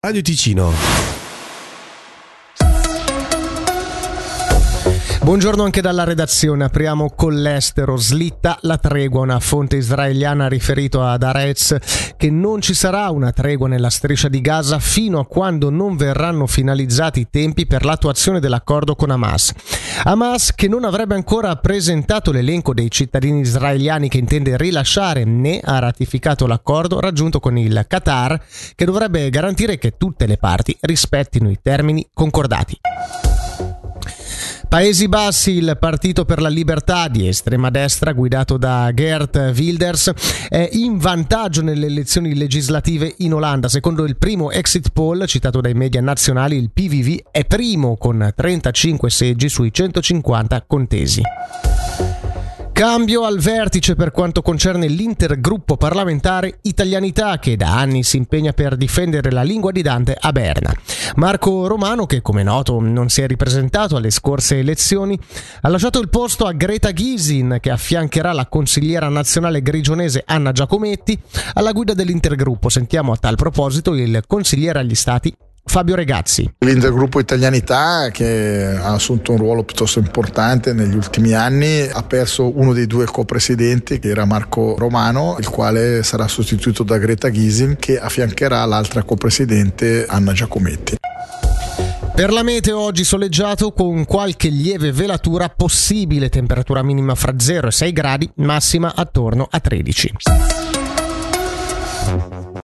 Radio Ticino. Buongiorno anche dalla redazione. Apriamo con l'estero. Slitta la tregua. Una fonte israeliana ha riferito ad Haaretz che non ci sarà una tregua nella striscia di Gaza fino a quando non verranno finalizzati i tempi per l'attuazione dell'accordo con Hamas. Hamas, che non avrebbe ancora presentato l'elenco dei cittadini israeliani che intende rilasciare, né ha ratificato l'accordo raggiunto con il Qatar, che dovrebbe garantire che tutte le parti rispettino i termini concordati. Paesi Bassi, il Partito per la Libertà di estrema destra guidato da Geert Wilders è in vantaggio nelle elezioni legislative in Olanda. Secondo il primo exit poll citato dai media nazionali, il PVV è primo con 35 seggi sui 150 contesi. Cambio al vertice per quanto concerne l'intergruppo parlamentare Italianità, che da anni si impegna per difendere la lingua di Dante a Berna. Marco Romano, che come noto non si è ripresentato alle scorse elezioni, ha lasciato il posto a Greta Gysin, che affiancherà la consigliera nazionale grigionese Anna Giacometti alla guida dell'intergruppo. Sentiamo a tal proposito il consigliere agli stati Fabio Regazzi. L'intergruppo Italianità, che ha assunto un ruolo piuttosto importante negli ultimi anni, ha perso uno dei due copresidenti, che era Marco Romano, il quale sarà sostituito da Greta Gysin, che affiancherà l'altra copresidente Anna Giacometti. Per la meteo oggi soleggiato con qualche lieve velatura possibile, temperatura minima fra 0 e 6 gradi, massima attorno a 13.